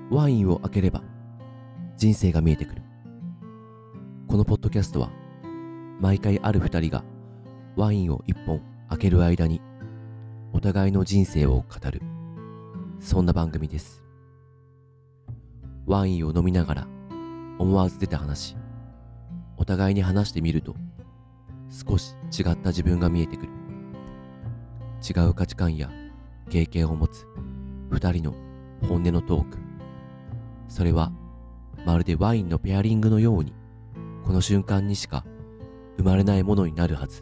ワインを開ければ人生が見えてくる。このポッドキャストは毎回ある二人がワインを一本開ける間にお互いの人生を語る、そんな番組です。ワインを飲みながら思わず出た話、お互いに話してみると少し違った自分が見えてくる。違う価値観や経験を持つ二人の本音のトーク、それはまるでワインのペアリングのようにこの瞬間にしか生まれないものになるはず。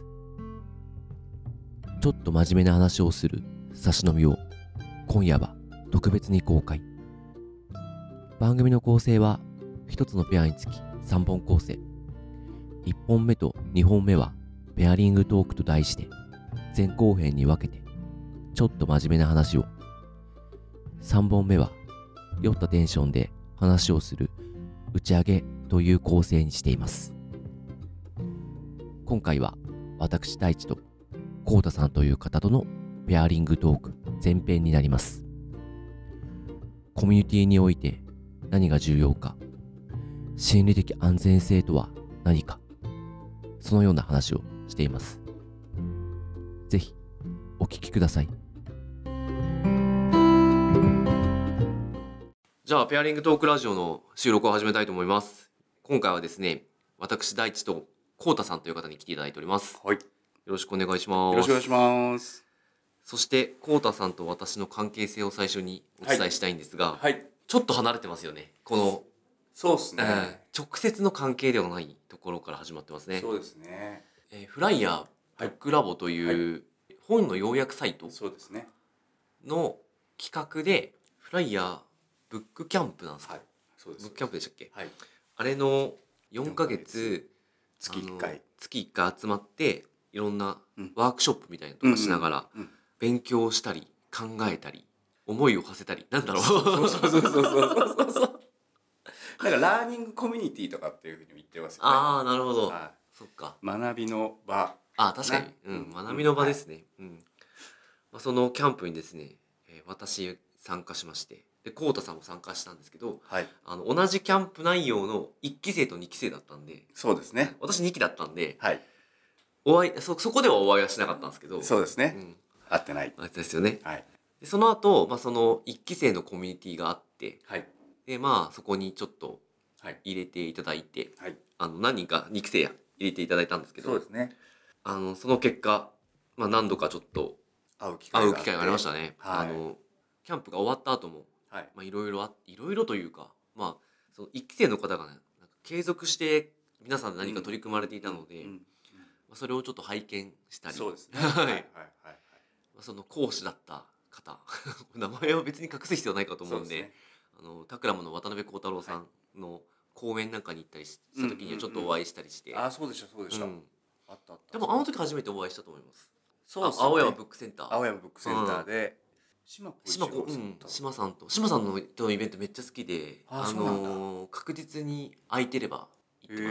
ちょっと真面目な話をする差し飲みを今夜は特別に公開。番組の構成は一つのペアにつき3本構成。1本目と2本目はペアリングトークと題して前後編に分けてちょっと真面目な話を、3本目は酔ったテンションで話をする打ち上げという構成にしています。今回は私大地とコウタさんという方とのペアリングトーク前編になります。コミュニティにおいて何が重要か、心理的安全性とは何か、そのような話をしています。ぜひお聞きください。じゃあペアリングトークラジオの収録を始めたいと思います。今回はですね、私大地とコウタさんという方に来ていただいております。 はい。 よろしくお願いします。 よろしくお願いします。 そしてコウタさんと私の関係性を最初にお伝えしたいんですが、 はい。 ちょっと離れてますよね。この、 そうですね、 直接の関係ではないところから始まってますね。 そうですね。 フライヤーブックラボという本の要約サイトそうですね。 の企画で、フライヤーブックキャンプなんですか、 はい。そうです。 ブックキャンプでしたっけ、 はい。 あれの4ヶ月月1回。 月1回集まっていろんなうんワークショップみたいなのとかしながらうん。 勉強したり考えたり思いを馳せたり、なんだろう、 そう。なんかラーニングコミュニティとかっていうふうに言ってますよね。 ああ、なるほど、 はそっか。 い。学びの場。 確かに、学びの場ですね。そのキャンプにですね、私参加しまして、でコウタさんも参加したんですけど、 はい。 同じキャンプ内容の1期生と2期生だったんで、 そうですね。 私2期だったんで、 はい。 そこではお会いはしなかったんですけど、 そうですね。合ってない。 あれですよね。 はい。 でその後、その1期生のコミュニティがあって、 はい。 でそこにちょっとはい。 入れていただいて、 はい。 何人か2期生入れていただいたんですけど、 そうですね。 その結果、何度かちょっと会う機会会がありましたね。 はい。 キャンプが終わった後も、 はい。 いろいろというか、その1期生の方がね、なんか継続して皆さんで何か取り組まれていたので、それをちょっと拝見したり、 そうですね。 はい、 はい。 その講師だった方名前は別に隠す必要ないかと思うんで、タクラムの渡辺幸太郎さんの講演なんかに行ったりした時にはちょっとお会いしたりして、 そうでしたそうでした、あった。 でもあの時初めてお会いしたと思います。 そうですね。 青山ブックセンター、 青山ブックセンターで島さんと島さんのイベントめっちゃ好きで、 そうなんだ。 確実に空いてれば行ってます。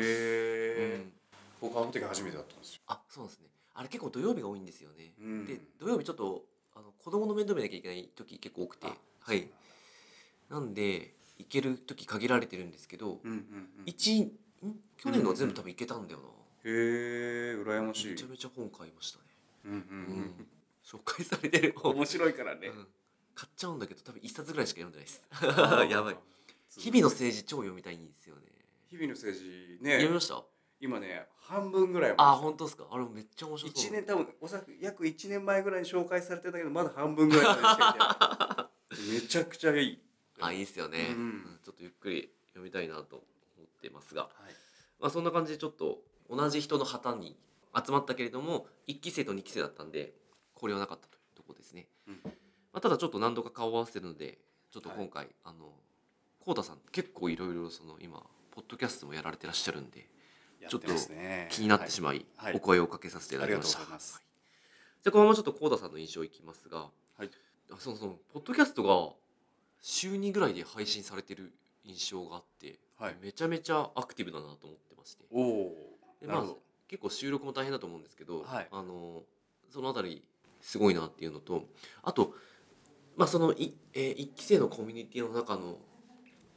僕あの時初めてだったんですよ。 そうなんですね。あれ結構土曜日が多いんですよね。 でで土曜日ちょっと子供の面倒見なきゃいけない時結構多くて、はい。なんで行ける時限られてるんですけど、去年のは全部多分行けたんだよな。 へえ、羨ましい。 めちゃめちゃ本買いましたね。紹介されてる本面白いからね。 買っちゃうんだけど多分1冊ぐらいしか読んでないです。やばい。日々の政治超読みたいんですよね。 日々の政治ね。 読みました？ 今ね、半分ぐらい。 本当ですか？あれめっちゃ面白そう。 1年多分おそらく約1年前ぐらいに紹介されてたけど、まだ半分ぐらいまでしか行ってない。めちゃくちゃいい。 いいっすよね。ちょっとゆっくり読みたいなと思ってますが、そんな感じでちょっと同じ人の旗に集まったけれども1期生と2期生だったんで交流はなかったというところですね。ただちょっと何度か顔を合わせてるので、ちょっと今回コウタさん結構いろいろ今ポッドキャストもやられてらっしゃるんで、ちょっと気になってしまいお声をかけさせていただきました。じゃあこのままちょっとコウタさんの印象いきますが、そのポッドキャストが週2ぐらいで配信されてる印象があって、めちゃめちゃアクティブだなと思ってまして、で結構収録も大変だと思うんですけど、そのあたりすごいなっていうのと、あとその1期生のコミュニティの中の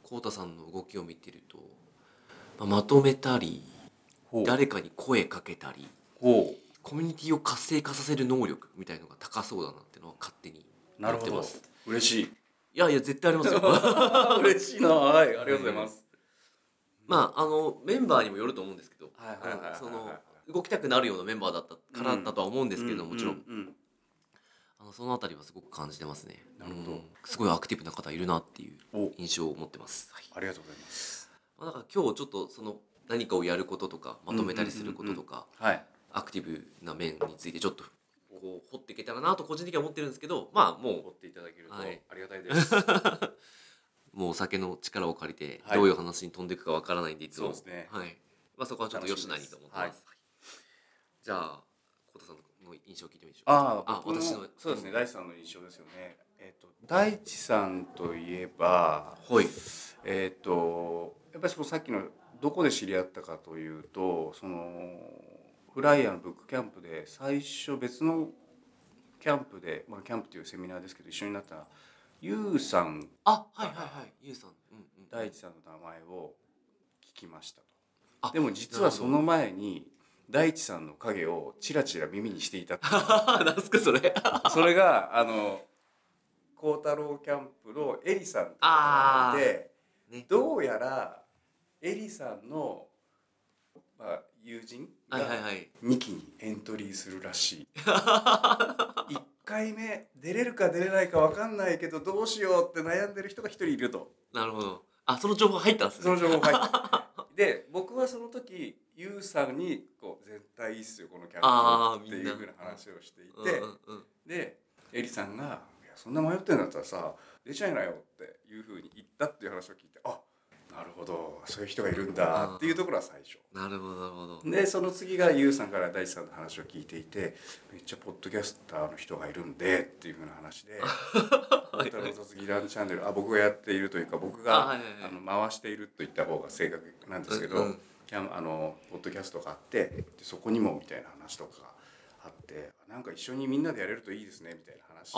浩太さんの動きを見てると、まとめたりほう誰かに声かけたりほコミュニティを活性化させる能力みたいのが高そうだなっていうのは勝手にう、なるほど、 思ってます。 嬉しい。 いやいや絶対ありますよ嬉しいな、はい、ありがとうございます。 メンバーにもよると思うんですけど、 はいはいはいはいはい、 その動きたくなるようなメンバーだったからだとは思うんですけど、もちろん、 うんそのあたりはすごく感じてますね。 なるほど、 すごいアクティブな方いるなっていうお、 印象を持ってます。はい、 ありがとうございます。 だから今日ちょっとその何かをやることとかまとめたりすることとか、 はい、 アクティブな面についてちょっとこう掘っていけたらなと個人的には思ってるんですけど、まあも掘っていただけるとあはいりがたいです。 もうお酒の力を借りてはいどういう話に飛んでいくかわからないんでいつも、 そうですね、 はい、そこはちょっとよしなにと思ってます。 はい、 じゃあ浩太さんの印象を聞いてみましょうか。 僕の私のそうですね、大地さんの印象ですよね。大地さんといえば、 はい、 やっぱりそのさっきのどこで知り合ったかというと、そのフライヤーのブックキャンプで最初別のキャンプで、キャンプというセミナーですけど一緒になったゆうさん、 はいはいはいゆうさん、 大地さんの名前を聞きましたあと。でも実はその前に大地さんの影をチラチラ耳にしていたってなんすかそれそれが孝太郎キャンプのエリさんって方がいて、 ね、 どうやらエリさんの、友人が2期にエントリーするらしい。1回目出れるか出れないか分かんないけどどうしようって悩んでる人が1人いると。 なるほど。その情報入ったんですね。 その情報入ったで僕はその時ユウさんにこう絶対いいっすよこのキャンプっていう風な話をしていて、でエリさんがいやそんな迷ってんだったらさ出ちゃいなよっていう風に言ったっていう話を聞いて、なるほどそういう人がいるんだっていうところは最初。 なるほどなるほど。 でその次がユウさんから大地さんの話を聞いていて、めっちゃポッドキャスターの人がいるんでっていう風な話で孝太郎雑技団チャンネル僕がやっているというか僕が回しているといった方が正確なんですけど、ポッドキャストがあってでそこにもみたいな話とかがあってなんか一緒にみんなでやれるといいですねみたいな話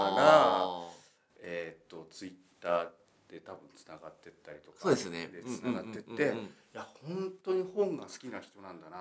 からツイッターで多分つながってったりとかそうですねでつながってっていや本当に本が好きな人なんだな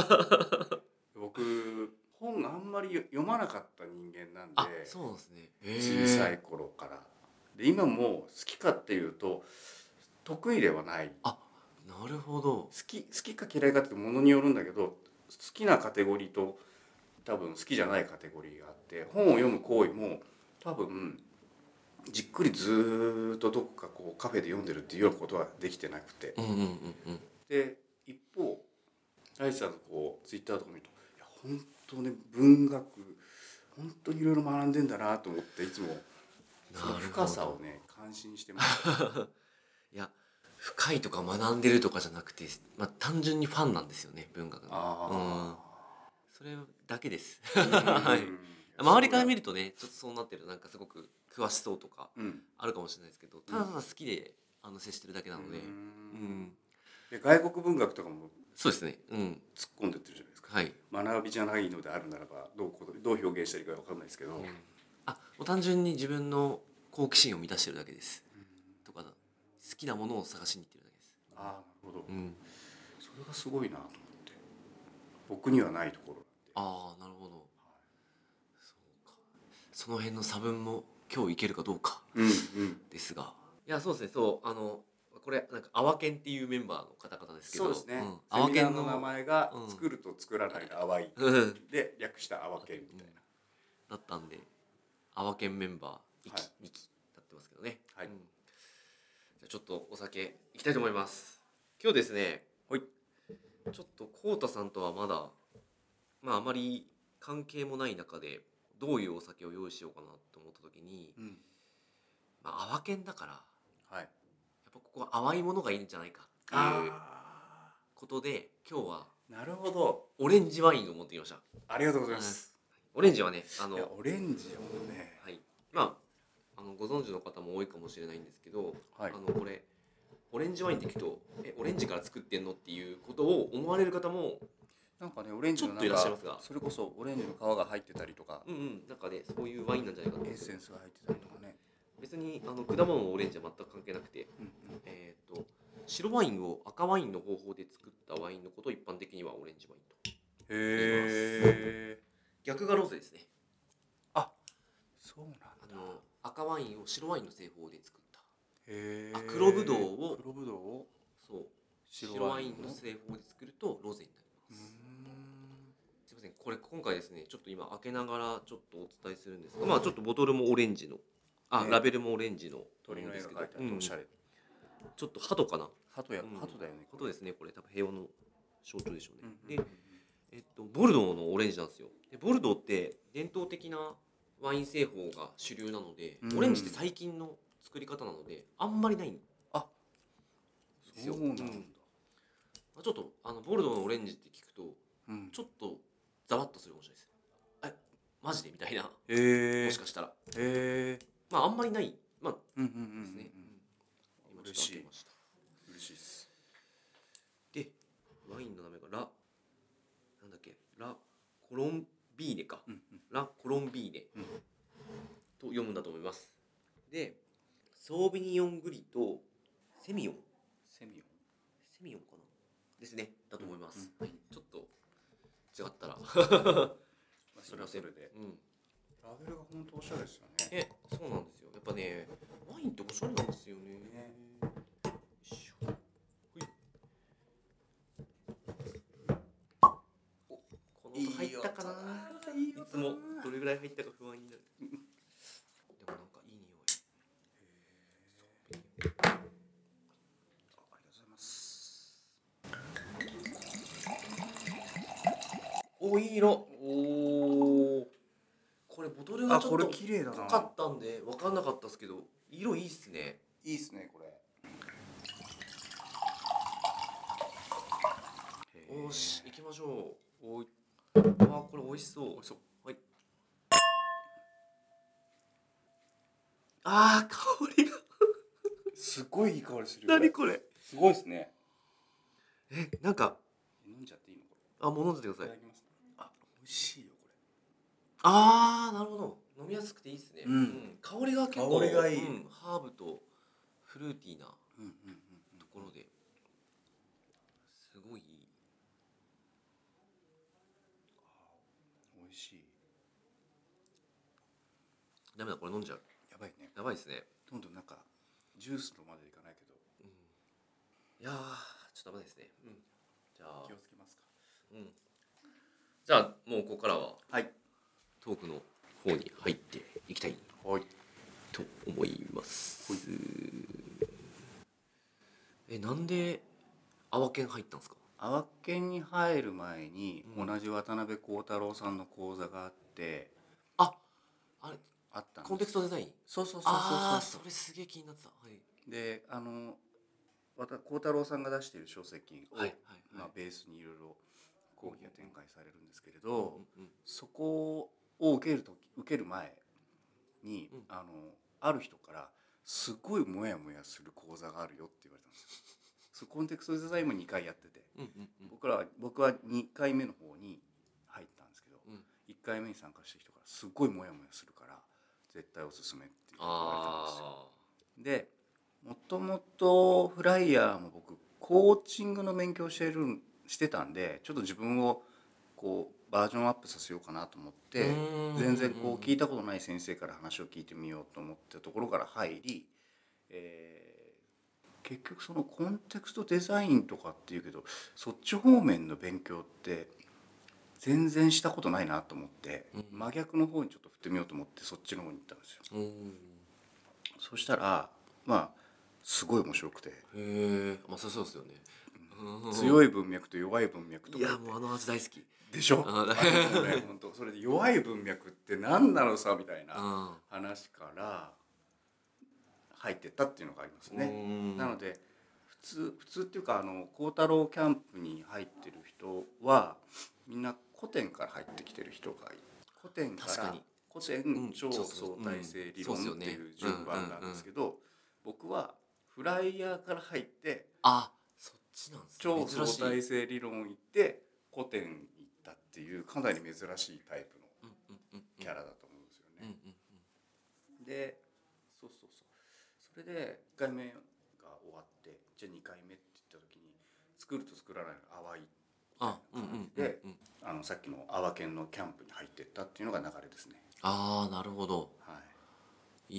僕本あんまり読まなかった人間なんでそうなんですね小さい頃からで今も好きかっていうと得意ではない。 なるほど。好きか嫌いかってものによるんだけど好きなカテゴリーと多分好きじゃないカテゴリーがあって本を読む行為も多分じっくりずっとどこかこうカフェで読んでるっていうようなことはできてなくて、で一方大地さんのこうツイッターとか見るといや本当ね文学本当にいろいろ学んでんだなと思っていつもその深さをね感心してますいや深いとか学んでるとかじゃなくて、単純にファンなんですよね文学の。それだけです。はい。周りから見るとねちょっとそうなってるなんかすごく詳しそうとかあるかもしれないですけど、ただ好きで接してるだけなので。 で外国文学とかもそうですね。 突っ込んでってるじゃないですか。 はい。 学びじゃないのであるならばどう表現したらいいか分かんないですけど、 もう単純に自分の好奇心を満たしてるだけです。とか好きなものを探しに行ってるだけです。 なるほど。それがすごいなと思って僕にはないところ。 なるほど。そうか。その辺の差分も今日いけるかどうかですが、いやそうですね。これなんかアワケンっていうメンバーの方々ですけど、 そうですね。アワケンの名前が作ると作らないのアワイで略したアワケンみたいなだったんで、アワケンメンバー2期なってますけどね。はい。じゃあちょっとお酒いきたいと思います。今日ですね。はい。ちょっと浩太さんとはまだあまり関係もない中でどういうお酒を用意しようかなと思った時に、アワケンだから、やっぱここは淡いものがいいんじゃないかっていうことで今日はなるほどオレンジワインを持ってきました。 ありがとうございます。 オレンジはねオレンジをね、 はい、ご存知の方も多いかもしれないんですけど、これオレンジワインって聞くとオレンジから作ってんのっていうことを思われる方もなんかねオレンジのなんかちょっといらっしゃいますが、 それこそオレンジの皮が入ってたりとか、 なんかねそういうワインなんじゃないかと思エッセンスが入ってたりとかね。 別に果物のオレンジは全く関係なくて、白ワインを赤ワインの方法で作ったワインのことを一般的にはオレンジワインと。 へえ。 逆がロゼですね。 あ、そうなんだ。 赤ワインを白ワインの製法で作った。 へえ。 黒ぶどうをそう白ワインの製法で作るとロゼになります。すいません、これ今回ですね、ちょっと今開けながらちょっとお伝えするんですが、まあちょっとボトルもオレンジの、ラベルもオレンジの鳥の絵が描いてあっておしゃれ。 ちょっと鳩かな。 鳩だよね。 鳩ですね、これ多分平和の象徴でしょうね。で、ボルドーのオレンジなんですよ。でボルドーって伝統的なワイン製法が主流なので、オレンジって最近の作り方なのであんまりないんですよ。 そうなんだ。 ちょっとボルドーのオレンジって聞くと、ちょっとざわっとするかもしれないです。マジでみたいな、もしかしたら。まああんまりない、まあですね。今ちょっと開けました。 嬉しいです。 で、ワインの名前がなんだっけ、ラ・コロンビーネか。ラ・コロンビーネと読むんだと思います。で、ソービニオングリとセミオンかなですね、だと思います。ちょっと違ったらそれはそれで。ラベルが本当おしゃれですよね。 そうなんですよ。やっぱね、ワインっておしゃれなんですよね。この音入ったかな。いつもどれぐらい入ったか不安になる。でもなんかいい匂い。 ありがとうございます。 お、いい色。これボトルがちょっと綺麗だな。 濃かったんで分かんなかったですけど、色いいっすね。 いいっすねこれ。 よし、行きましょう。これ美味しそう。はい。香りがすごいいい香りする。 何これ。 すごいですね。 なんか飲んじゃっていいのこれ。 もう飲んでてください。 いただきます。美味しいよこれ。 なるほど。飲みやすくていいですね。香りが結構、 香りがいい。 ハーブとフルーティーなところで、すごいいい。 美味しい。 ダメだ、これ飲んじゃう。 やばいね。 やばいですね。 どんどんなんかジュースとまでいかないけど。 いやー、ちょっとダメですね。じゃあ気をつけますか。 じゃあもうここからははいトークの方に入っていきたいと思います。なんでアワケン入ったんですか？ アワケンに入る前に同じ渡辺幸太郎さんの講座があって、 あったんです。コンテクストデザイン。 そうそれすげえ気になってた。 で幸太郎さんが出している書籍を、ベースにいろいろ講義が展開されるんですけれど、そこを受ける前に、ある人からすごいモヤモヤする講座があるよって言われたんですよ。コンテクストデザインも2回やってて、僕は2回目の方に入ったんですけど、1回目に参加した人からすごいモヤモヤするから絶対おすすめって言われたんですよ。でもともとフライヤーも僕コーチングの勉強してたんで、ちょっと自分をこうバージョンアップさせようかなと思って、全然こう聞いたことない先生から話を聞いてみようと思ったところから入り、結局そのコンテクストデザインとかっていうけど、そっち方面の勉強って全然したことないなと思って、真逆の方にちょっと振ってみようと思ってそっちの方に行ったんですよ。そしたらすごい面白くて。 そうですよね。 強い文脈と弱い文脈とか。 いやもう味大好きでしょ。本当それで弱い文脈って何なのさみたいな話から入ってったっていうのがありますね。なので普通っていうか幸太郎キャンプに入ってる人はみんな古典から入ってきてる人がいる。古典超相対性理論っていう順番なんですけど、僕はフライヤーから入ってそっちなんですね。 超相対性理論行って古典行ったっていうかなり珍しいタイプのキャラだと思うんですよね。でそうそうそう。それで1回目が終わってじゃあ2回目って言った時に作ると作らないの淡いあ、 感じで、さっきの阿波県のキャンプに入ってったっていうのが流れですね。 ああ、なるほど。 はい。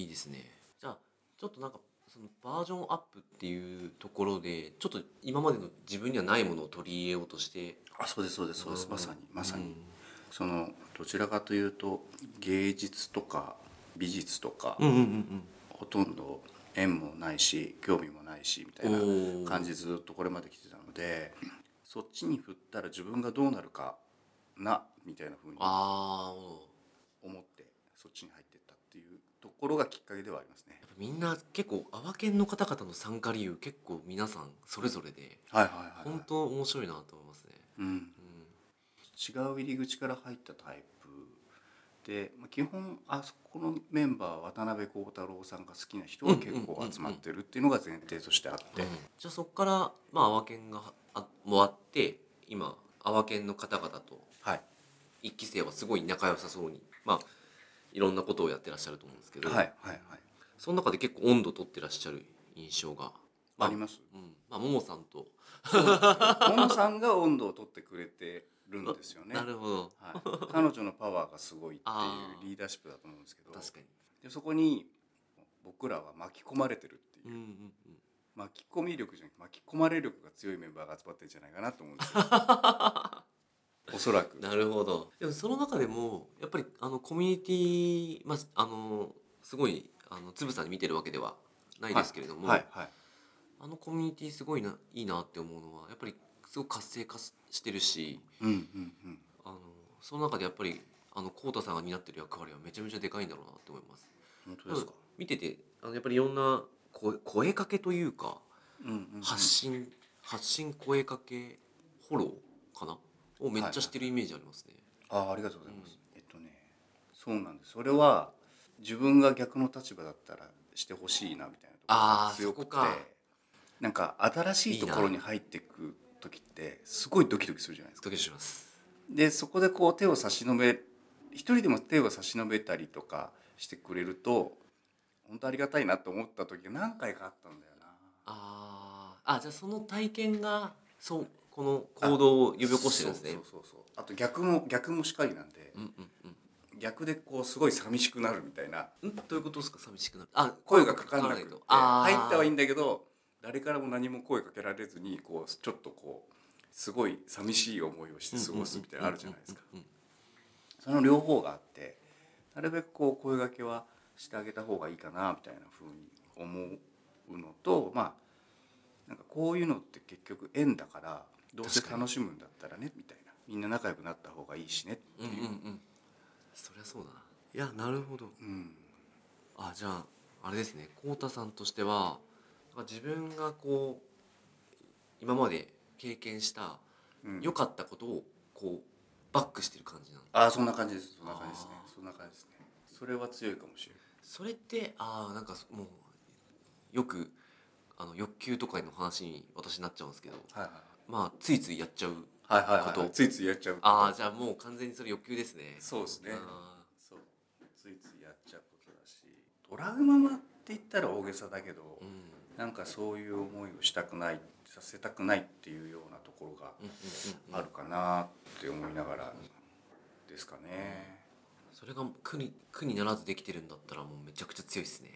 いいですね。じゃあちょっとなんかそのバージョンアップっていうところでちょっと今までの自分にはないものを取り入れようとして。 あ、そうですそうですそうです。まさにまさに、 うん、 そのどちらかというと芸術とか美術とか、ほとんど縁もないし興味もないしみたいな感じでずっとこれまで来てたので、そっちに振ったら自分がどうなるかなみたいな風に思ってそっちに入ってったっていうところがきっかけではありますね。 やっぱみんな結構阿波県の方々の参加理由結構皆さんそれぞれで、本当面白いなと思いますね。 違う入り口から入ったタイプで、基本あそこのメンバー渡辺幸太郎さんが好きな人が結構集まってるっていうのが前提としてあって、 じゃあそこから阿波県がもあって今阿波県の方々と一期生はすごい仲良さそうにいろんなことをやってらっしゃると思うんですけど、その中で結構温度取ってらっしゃる印象があります。 ももさんとももさんが温度を取ってくれてるんですよね。 なるほど、 彼女のパワーがすごいっていうリーダーシップだと思うんですけど、 確かに。 でそこに僕らは巻き込まれてるっていう、巻き込み力じゃなくて巻き込まれ力が強いメンバーが集まってるんじゃないかなと思うんですよおそらく。 なるほど。でもその中でもやっぱりコミュニティ、すごいつぶさに見てるわけではないですけれども、コミュニティすごいいいなって思うのはやっぱりすごく活性化してるし、その中でやっぱりコウタさんが担ってる役割はめちゃめちゃでかいんだろうなって思います。 本当ですか。 見ててやっぱりいろんな声かけというか、発信声かけフォローかなをめっちゃしてるイメージありますね。 ありがとうございます。そうなんです。それは自分が逆の立場だったらしてほしいなみたいなところが強くて、なんか新しいところに入っていく時ってすごいドキドキするじゃないですか。 ドキドキします。 でそこでこう手を差し伸べ、一人でも手を差し伸べたりとかしてくれると本当ありがたいなと思った時が何回かあったんだよな。 じゃあその体験がこの行動を呼び起こしてるんですね。 そう。あと逆もしかりなんで、逆でこうすごい寂しくなるみたいな。 どういうことですか？寂しくなる。 声がかからなくて入ったはいいんだけど誰からも何も声かけられずにこうちょっとこうすごい寂しい思いをして過ごすみたいなのあるじゃないですか。その両方があってなるべくこう声掛けはしてあげた方がいいかなみたいな風に思うのと、なんかこういうのって結局縁だからどうせ楽しむんだったらねみたいな、みんな仲良くなった方がいいしねっていう。 そりゃそうだな。いやなるほど。じゃああれですね、コウタさんとしては自分がこう今まで経験した良かったことをこうバックしてる感じなの。 そんな感じです。そんな感じですね。それは強いかもしれない。 それってなんかもうよく欲求とかの話に私なっちゃうんですけど、ついついやっちゃうこと、 ついついやっちゃう。 じゃあもう完全にそれ欲求ですね。 そうですね。そうついついやっちゃうことだし、トラウマって言ったら大げさだけど、なんかそういう思いをしたくない、させたくないっていうようなところがあるかなって思いながらですかね。 それが苦にならずできてるんだったらもうめちゃくちゃ強いですね。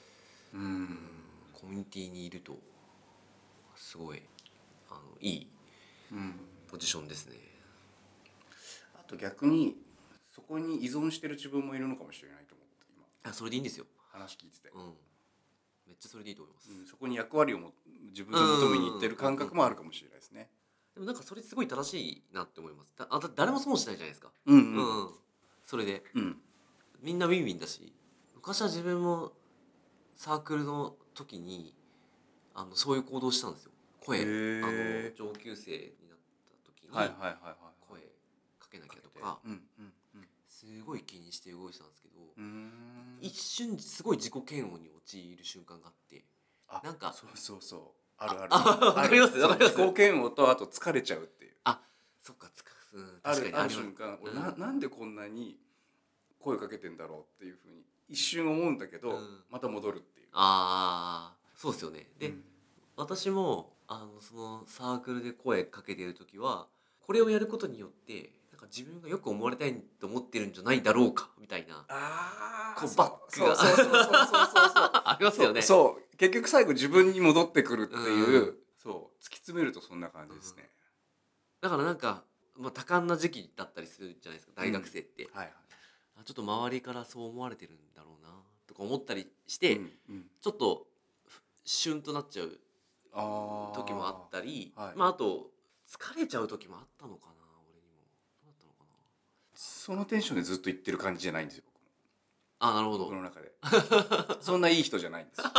コミュニティにいるとすごいいいポジションですね。 あと逆にそこに依存してる自分もいるのかもしれないと思って今。 それでいいんですよ。 話聞いてて。 めっちゃそれでいいと思います。 そこに役割を自分で求めに行ってる感覚もあるかもしれないですね。 でもなんかそれすごい正しいなって思います。誰も損しないじゃないですか。それで、みんなウィンウィンだし、昔は自分もサークルの時にそういう行動したんですよ。上級生になった時に声かけなきゃとかすごい気にして動いてたんですけど、一瞬すごい自己嫌悪に陥る瞬間があって、なんかそうあるわかります。 自己嫌悪とあと疲れちゃうっていう。 そっか確かにある瞬間、なんでこんなに声かけてんだろうっていうふうに一瞬思うんだけど、また戻るっていう。 そうですよね。で、 うん私もそのサークルで声かけてる時はこれをやることによってなんか自分がよく思われたいと思ってるんじゃないだろうかみたいなこうバックがありますよね。 そう結局最後自分に戻ってくるっていう、そう突き詰めるとそんな感じですね。 だからなんか、多感な時期だったりするじゃないですか、大学生って、 はいはい。 ちょっと周りからそう思われてるんだろうなとか思ったりして、ちょっとシュンとなっちゃう時もあったり、あと疲れちゃう時もあったのかな、俺にもどうだったのかな。 そのテンションでずっと言ってる感じじゃないんですよ、僕も。 なるほど。 僕の中でそんないい人じゃないんですよ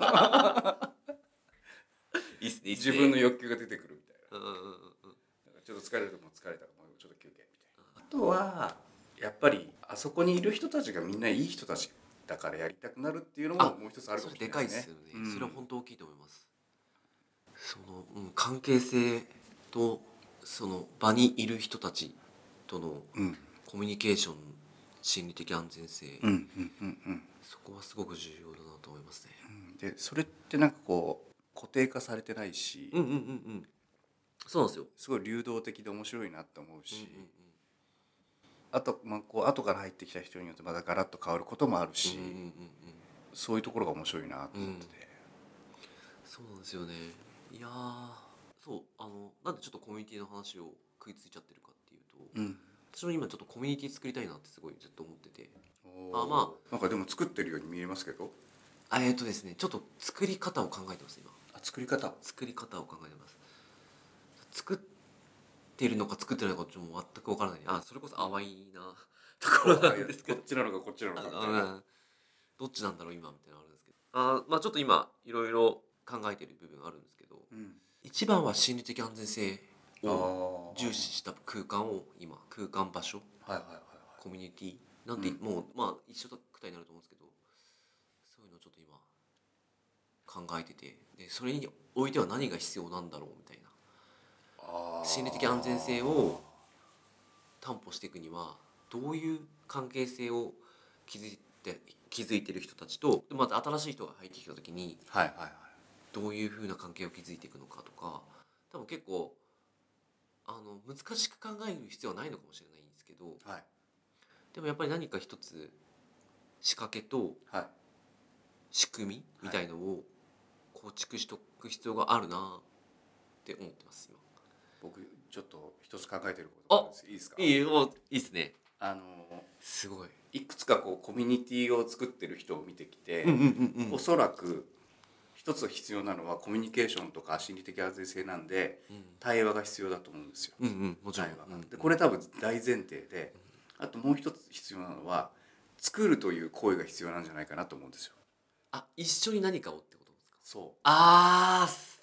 いいっすね、いいっすね。 自分の欲求が出てくるみたいな。ちょっと疲れるとも疲れたらもうちょっと休憩みたいな。あとはやっぱりあそこにいる人たちがみんないい人たちだからやりたくなるっていうのももう一つあるかもしれないですね。 それでかいですよね、それは本当大きいと思います。その、関係性とその場にいる人たちとのコミュニケーション、心理的安全性、そこはすごく重要だなと思いますね。 でそれってなんかこう固定化されてないし、 そうなんですよ。 すごい流動的で面白いなって思うし、あとこう後から入ってきた人によってまたガラッと変わることもあるし、そういうところが面白いなと思ってて、 そうなんですよね。いやそうなんでちょっとコミュニティの話を食いついちゃってるかっていうと、私も今ちょっとコミュニティ作りたいなってすごいずっと思ってて、 なんかでも作ってるように見えますけど、 ですね、ちょっと作り方を考えてます今。 作り方を考えてます。作ってるのか作ってないのかちょっと全く分からない。それこそ淡いなところなんですけど、 こっちなのかこっちなのかみたいな、 どっちなんだろう今みたいなのあるんですけど、ちょっと今いろいろ考えてる部分あるんですけど、一番は心理的安全性を重視した空間を今、空間場所、コミュニティなんて、もう一緒くたになると思うんですけど、そういうのをちょっと今考えてて、でそれにおいては何が必要なんだろうみたいな、心理的安全性を担保していくにはどういう関係性を築いてる人たちと、また新しい人が入ってきた時にどういう風な関係を築いていくのかとか、多分結構難しく考える必要はないのかもしれないんですけど、でもやっぱり何か一つ仕掛けと仕組みみたいのを構築しておく必要があるなって思ってます今。 僕ちょっと一つ考えてることがあるんです。いいですか？ いいですね。 すごいいくつかこうコミュニティを作ってる人を見てきて、おそらく一つ必要なのはコミュニケーションとか心理的安全性なんで、対話が必要だと思うんですよ。 もちろん。 でこれ多分大前提で、あともう一つ必要なのは作るという行為が必要なんじゃないかなと思うんですよ。 一緒に何かをってことですか？ そう。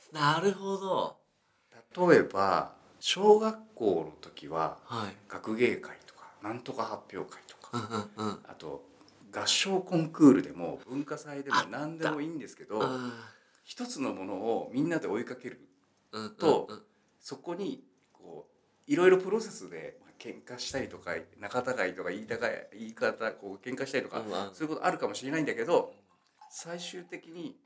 なるほど。 例えば小学校の時は学芸会とかなんとか発表会とか、あと合唱コンクールでも文化祭でも何でもいいんですけど、一つのものをみんなで追いかけると、そこにこういろいろプロセスで喧嘩したりとか仲違いとか言い方こう喧嘩したりとか、そういうことあるかもしれないんだけど、最終的に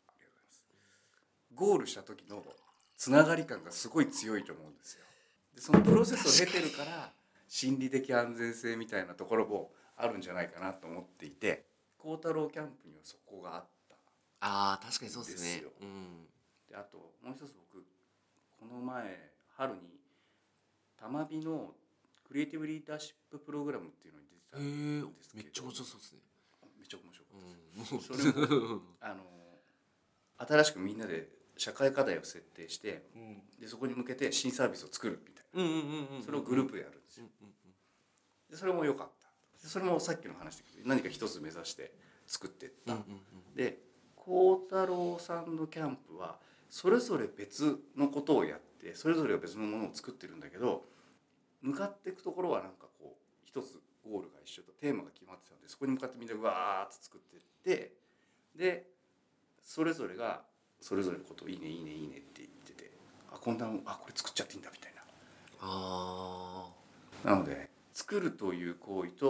ゴールした時のつながり感がすごい強いと思うんですよ。でそのプロセスを経てるから心理的安全性みたいなところもあるんじゃないかなと思っていて、孝太郎キャンプにはそこがあった。 確かにそうですね。 であともう一つ僕この前春に玉美のクリエイティブリーダーシッププログラムっていうのに出てたんですけど、 めっちゃ面白そうですね。 めっちゃ面白かったです。それも新しくみんなで社会課題を設定して、でそこに向けて新サービスを作るみたいな、それをグループでやるんですよ。でそれも良かった。それもさっきの話で何か一つ目指して作っていった。で孝太郎さんのキャンプはそれぞれ別のことをやってそれぞれが別のものを作ってるんだけど、向かっていくところはなんかこう一つゴールが一緒とテーマが決まってたので、そこに向かってみんなわーっと作っていって、でそれぞれがそれぞれのことをいいねいいねいいねって言ってて、これ作っちゃっていいんだみたいな。なので作るという行為と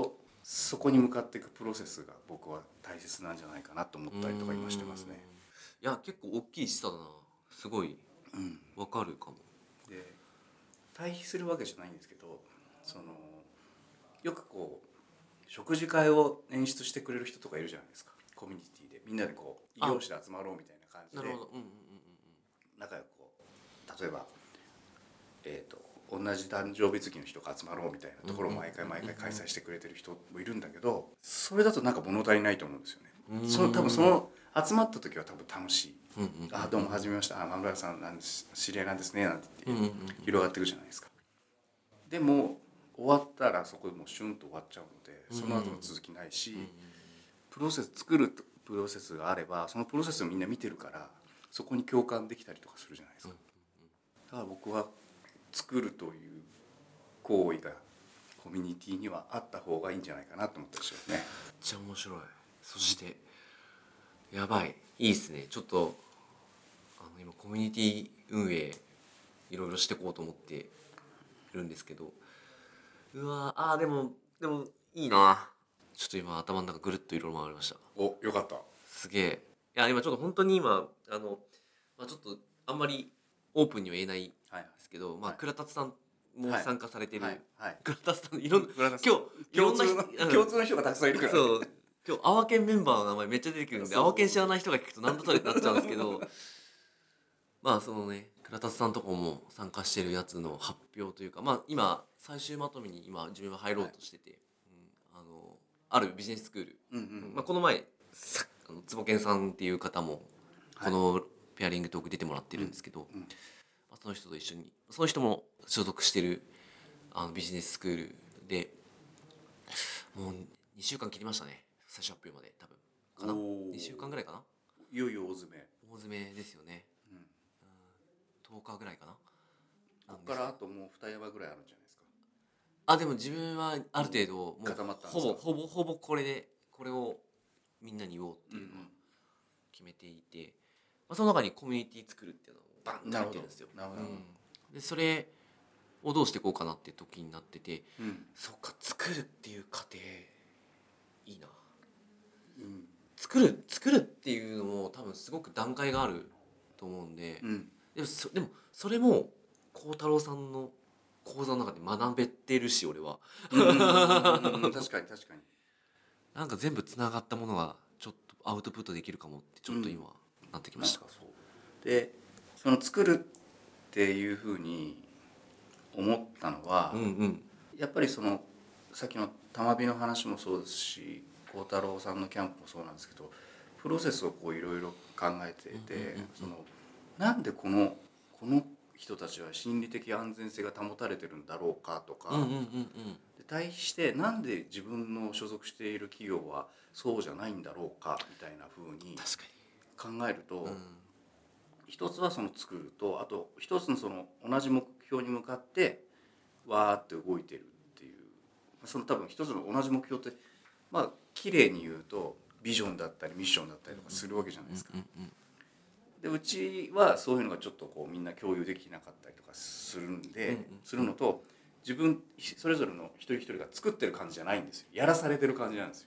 そこに向かっていくプロセスが僕は大切なんじゃないかなと思ったりとか今してますね。 いや結構大きい示唆だな。すごいわかるかも。 で対比するわけじゃないんですけど、よくこう食事会を演出してくれる人とかいるじゃないですか。コミュニティでみんなでこう異業種で集まろうみたいな感じで仲良くこう例えば同じ誕生日月の人が集まろうみたいなところを毎回開催してくれてる人もいるんだけど、それだとなんか物足りないと思うんですよね。多分その集まった時は多分楽しい。あ、どうもはじめまして、マムラさんなんです知り合いなんですねなんて言って広がっていくじゃないですか。でも終わったらそこでもうシュンと終わっちゃうので、その後の続きないし、作るプロセスがあればそのプロセスをみんな見てるからそこに共感できたりとかするじゃないですか。だから僕は作るという行為がコミュニティにはあった方がいいんじゃないかなと思ったりしますね。 めっちゃ面白い。そしてやばい、いいっすね。ちょっと今コミュニティ運営いろいろしていこうと思ってるんですけど、うわー、でもいいな。ちょっと今頭の中ぐるっといろいろ回りました。 お、よかった。 すげえ。いや今ちょっと本当に今ちょっとあんまりオープンには言えないんですけど、倉達さんも参加されてる、倉達さんいろんな今日いろんな共通の人がたくさんいるから、 そう今日アワケンメンバーの名前めっちゃ出てくるんで、アワケン知らない人が聞くとなんだそれってなっちゃうんですけどそのね倉達さんとかも参加してるやつの発表というか、今最終まとめに今自分は入ろうとしてて、あるビジネススクール、この前坪健さんっていう方もこのペアリングトーク出てもらってるんですけど、その人と一緒に、その人も所属してるビジネススクールでもう2週間切りましたね。最初発表まで多分かな、2週間ぐらいかな。 いよいよ大詰めですよね。10日ぐらいかな。 ここからあともう2山ぐらいあるんじゃないですか。 でも自分はある程度もう固まったんですか。 ほぼこれをみんなに言おうっていうのは決めていて、その中にコミュニティ作るっていうのをバンと入ってるんですよ。でそれをどうしていこうかなって時になってて、そっか、作るっていう過程いいな。作るっていうのも多分すごく段階があると思うんで、でもそれも幸太郎さんの講座の中で学べてるし、俺は確かになんか全部つながったものがちょっとアウトプットできるかもってちょっと今なってきました。 でその作るっていうふうに思ったのは、やっぱりそのさっきの玉火の話もそうですし、幸太郎さんのキャンプもそうなんですけど、プロセスをこういろいろ考えていて、なんでこの人たちは心理的安全性が保たれてるんだろうかとか、で対比してなんで自分の所属している企業はそうじゃないんだろうかみたいな風に考えると、一つはその作ると、あと一つのその同じ目標に向かってわーって動いてるっていう、その多分一つの同じ目標って綺麗に言うとビジョンだったりミッションだったりとかするわけじゃないですか。でうちはそういうのがちょっとこうみんな共有できなかったりとかするんで、するのと、自分それぞれの一人一人が作ってる感じじゃないんですよ。やらされてる感じなんですよ。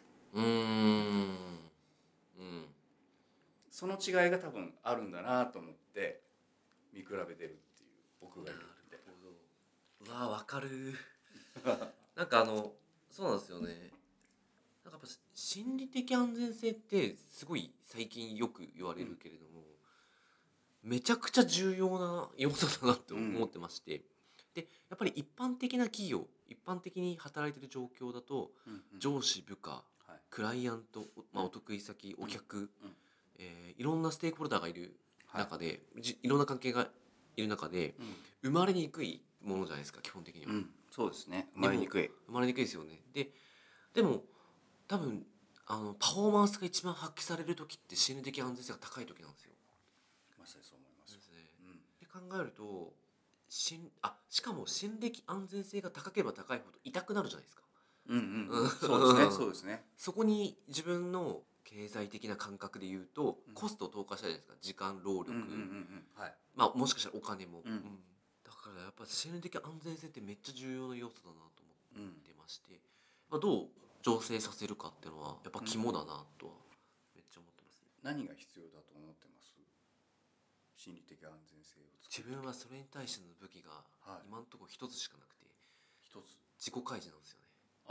その違いが多分あるんだなと思って見比べてるっていう僕がいるんで。 うわー、わかるなんかそうなんですよね。なんかやっぱ心理的安全性ってすごい最近よく言われるけれども、めちゃくちゃ重要な要素だなって思ってまして、でやっぱり一般的な企業、一般的に働いてる状況だと、上司、部下、クライアント、お得意先、お客、いろんなステークホルダーがいる中で、いろんな関係がいる中で、生まれにくいものじゃないですか、基本的には。 そうですね、生まれにくいですよね。でも多分パフォーマンスが一番発揮される時って心理的安全性が高い時なんですよ。 まさにそう思いますよね。 で考えるとしかも心理的安全性が高ければ高いほど痛くなるじゃないですか。 そうですね。 そこに自分の経済的な感覚で言うと、コストを投下したじゃないですか。時間、労力、もしかしたらお金も、だからやっぱ心理的安全性ってめっちゃ重要な要素だなと思ってまして、どう調整させるかっていうのはやっぱ肝だなとはめっちゃ思ってますね。 何が必要だと思ってます？心理的安全性を作る。 自分はそれに対しての武器が今のところ一つしかなくて、 一つ。 自己開示なんですよね。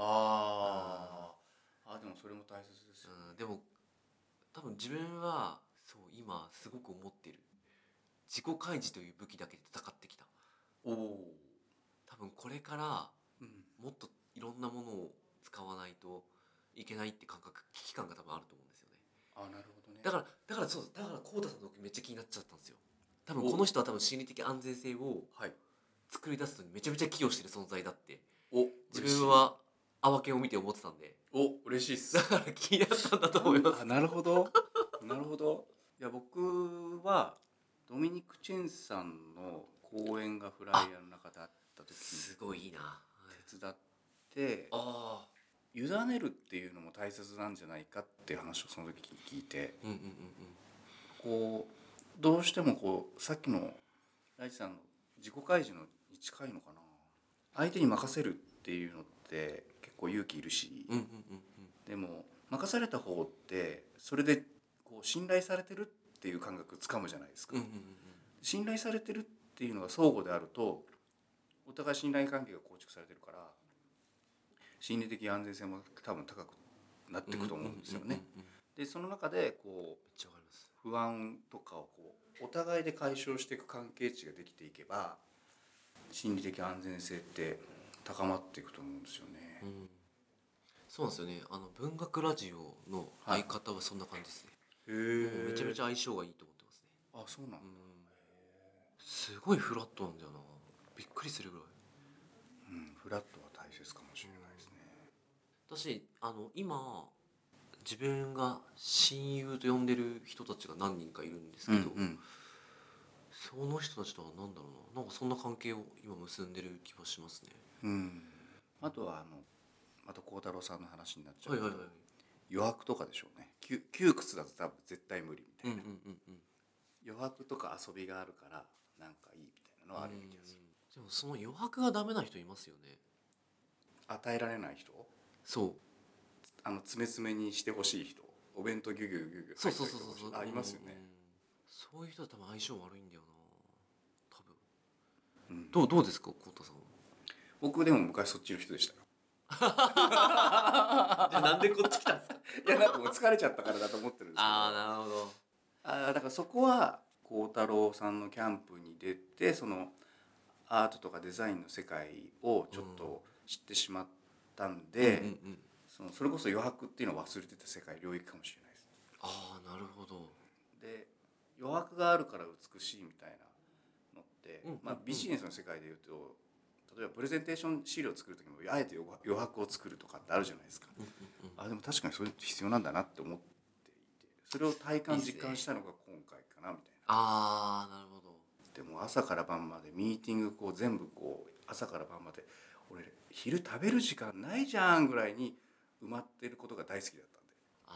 でもそれも大切ですよね。 でも多分自分はそう今すごく思ってる、自己開示という武器だけで戦ってきた。多分これからもっといろんなものを使わないといけないって危機感が多分あると思うんですよね。 なるほどね。 だからコウタさんの時めっちゃ気になっちゃったんですよ。多分この人は多分心理的安全性を作り出すのにめちゃめちゃ寄与してる存在だって自分はアワケンを見て思ってたんで、 嬉しいっす。 だから気になったんだと思います。 なるほどなるほど。いや僕はドミニク・チェンさんの講演がフライヤーの中であった時にすごいいいな。 手伝って委ねるっていうのも大切なんじゃないかっていう話をその時に聞いて、こうどうしてもこうさっきの大地さんの自己開示のに近いのかな。相手に任せるっていうのって結構勇気いるし、でも任された方ってそれでこう信頼されてるっていう感覚つかむじゃないですか。信頼されてるっていうのが相互であるとお互い信頼関係が構築されてるから心理的安全性も多分高くなっていくと思うんですよね。でその中でこう不安とかをこうお互いで解消していく関係値ができていけば心理的安全性って高まっていくと思うんですよね。 そうなんですよね。文学ラジオの相方はそんな感じですね。めちゃめちゃ相性がいいと思ってますね。 そうなんだ。 すごいフラットなんだよな。びっくりするぐらい。 フラットは大切かもしれないですね。 私今自分が親友と呼んでる人たちが何人かいるんですけど、その人たちとは何だろうな、なんかそんな関係を今結んでる気はしますね。 あとはまた幸太郎さんの話になっちゃうけど、余白とかでしょうね。窮屈だと多分絶対無理みたいな、余白とか遊びがあるからなんかいいみたいなのはある気がする。 でもその余白がダメな人いますよね。 与えられない人、 そう詰め詰めにしてほしい人、お弁当ギュギュギュギュそういますよね。 そういう人は多分相性悪いんだよな多分。どうですか幸太さんは。 僕でも昔そっちの人でしたよ。 じゃあなんでこっち来たんですか。 いやなんかもう疲れちゃったからだと思ってるんですけど。 なるほど。 だからそこは幸太郎さんのキャンプに出てそのアートとかデザインの世界をちょっと知ってしまったんで、それこそ余白っていうのを忘れてた世界領域かもしれないです。 なるほど。 で余白があるから美しいみたいなのって、ビジネスの世界でいうと例えばプレゼンテーション資料を作る時もあえて余白を作るとかってあるじゃないですか。でも確かにそれって必要なんだなって思っていて、それを体感実感したのが今回かなみたいな。 なるほど。 でも朝から晩までミーティングこう全部こう朝から晩まで俺昼食べる時間ないじゃんぐらいに埋まってることが大好きだったんで、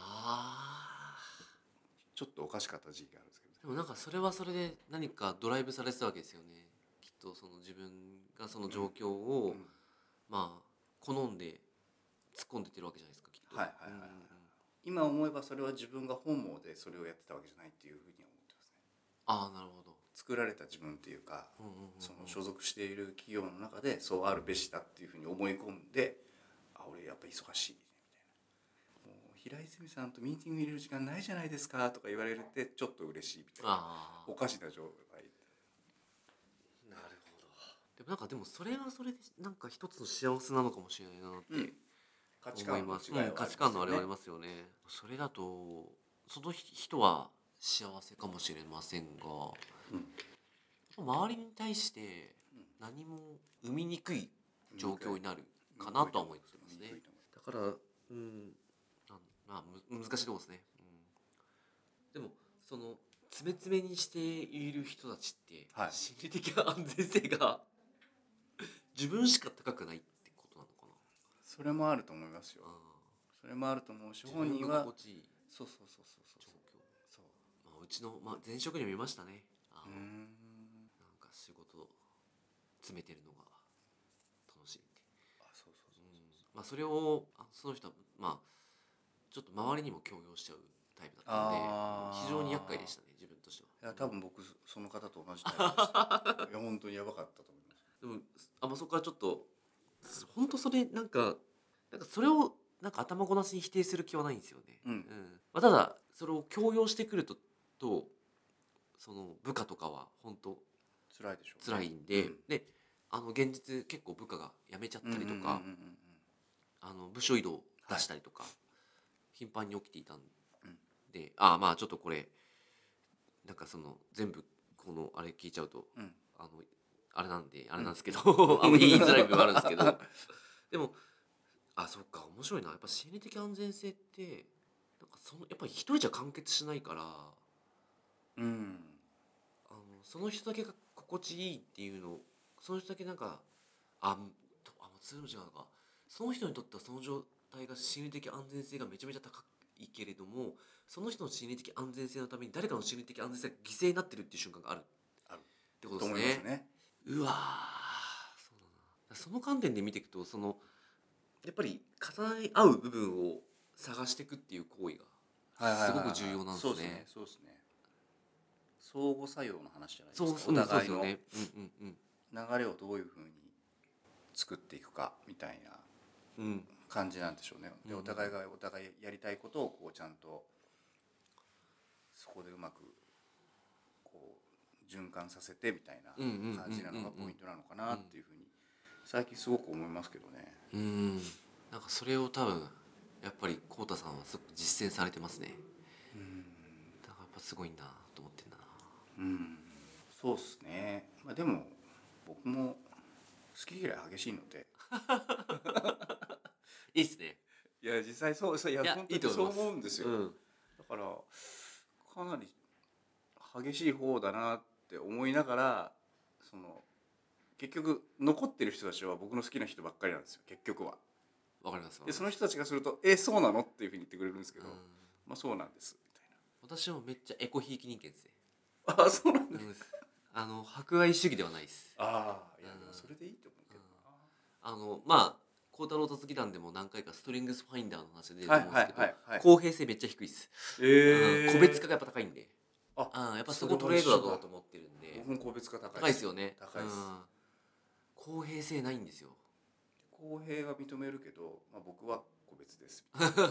ちょっとおかしかった時期があるんですけど、 でもなんかそれはそれで何かドライブされてたわけですよね。きっとその自分がその状況を、好んで突っ込んでってるわけじゃないですかきっと。 今思えばそれは自分が本望でそれをやってたわけじゃないっていうふうには思ってますね。 なるほど。 作られた自分っていうか、その所属している企業の中でそうあるべしだっていうふうに思い込んで、俺やっぱ忙しいみたいな、もう平泉さんとミーティング入れる時間ないじゃないですかとか言われてちょっと嬉しいみたいな、おかしな状態。 なるほど。でもそれはそれでなんか一つの幸せなのかもしれないなって価値観の違いはありますよね。 価値観のあれはありますよね。それだとその人は幸せかもしれませんが、周りに対して何も生みにくい状況になるかなとは思ってますね。だから難しいところですね。でもその詰め詰めにしている人たちって、心理的安全性が自分しか高くないってことなのかな。 それもあると思いますよ。それもあると思うし、本人はそううちの前職にもいましたね。なんか仕事詰めてるのが楽しいって。 それをその人はちょっと周りにも強要しちゃうタイプだったので非常に厄介でしたね、自分としては。 いや多分僕その方と同じタイプです。いや本当にやばかったと思います。 でもそこからちょっと本当それなんかそれをなんか頭ごなしに否定する気はないんですよね。ただそれを強要してくるとその部下とかは本当辛いでしょうね。 辛いんで、で現実結構部下が辞めちゃったりとか、部署移動出したりとか、頻繁に起きていたんで、ちょっとこれなんかその全部このあれ聞いちゃうと、あれなんですけど言いづらい部分があるんですけどでもそっか面白いな。やっぱ心理的安全性ってなんかやっぱり一人じゃ完結しないから、その人だけが心地いいっていうのをその人だけなんかそういうの違うのか。その人にとってはその状態が心理的安全性がめちゃめちゃ高いけれども、その人の心理的安全性のために誰かの心理的安全性が犠牲になってるっていう瞬間があるってことですね。 と思いますね。 うわー、そうだな。その観点で見ていくとやっぱり重なり合う部分を探していくっていう行為がすごく重要なんですね。 そうですね。相互作用の話じゃないですか。 お互いの流れをどういうふうに作っていくかみたいな感じなんでしょうね。でお互いがお互いやりたいことをこうちゃんとそこでうまくこう循環させてみたいな感じなのがポイントなのかなっていうふうに最近すごく思いますけどね。 なんかそれを多分やっぱり浩太さんはすごく実践されてますね。だからやっぱすごいんだなと思ってんだな。 そうですね。でも僕も好き嫌い激しいのでいいっすね。 いや実際そういや本当にそう思うんですよ。だからかなり激しい方だなって思いながら結局残ってる人たちは僕の好きな人ばっかりなんですよ結局は。 わかります。 でその人たちがするとそうなのっていうふうに言ってくれるんですけど、そうなんですみたいな。私もめっちゃエコひいき人間ですね。 そうなんです。 博愛主義ではないです。 いやでもそれでいいと思うけどな。孝太郎と月団でも何回かストリングスファインダーの話で出ると思うんですけど、公平性めっちゃ低いです。個別化がやっぱ高いんで、やっぱそこトレードだと思ってるんで。 僕も個別化高いですよね。 高いです。 公平性ないんですよ。 公平は認めるけど、僕は個別です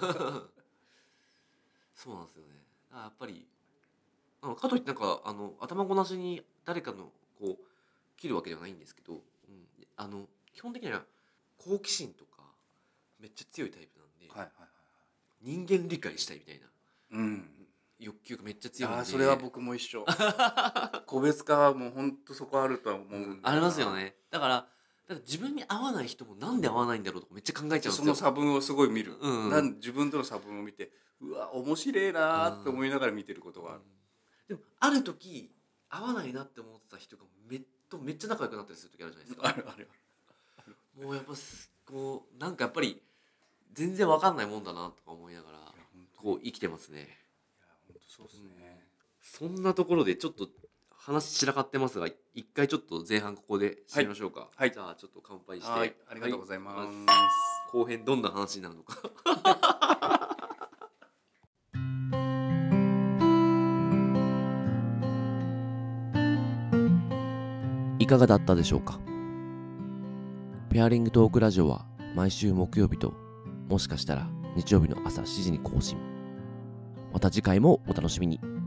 そうなんですよね。やっぱりかといってなんか頭ごなしに誰かのこう切るわけではないんですけど、基本的には好奇心とかめっちゃ強いタイプなんで、人間理解したいみたいな、欲求がめっちゃ強いんで。 それは僕も一緒個別化はもう本当そこあるとは思うんだ。 ありますよね。だから自分に合わない人もなんで合わないんだろうとかめっちゃ考えちゃうんですよ。 その差分をすごい見る、自分との差分を見てうわ面白いなって思いながら見てることがある。 でもある時合わないなって思ってた人がめっちゃ仲良くなったりする時あるじゃないですか。 あるもうやっぱこうなんかやっぱり全然わかんないもんだなとか思いながらこう生きてますね。 いや本当そうですね。 そんなところでちょっと話散らかってますが、一回ちょっと前半ここで締めましょうか。じゃあちょっと乾杯して。 ありがとうございます。 後編どんな話になるのかいかがだったでしょうか。ペアリングトークラジオは毎週木曜日ともしかしたら日曜日の朝7時に更新。また次回もお楽しみに。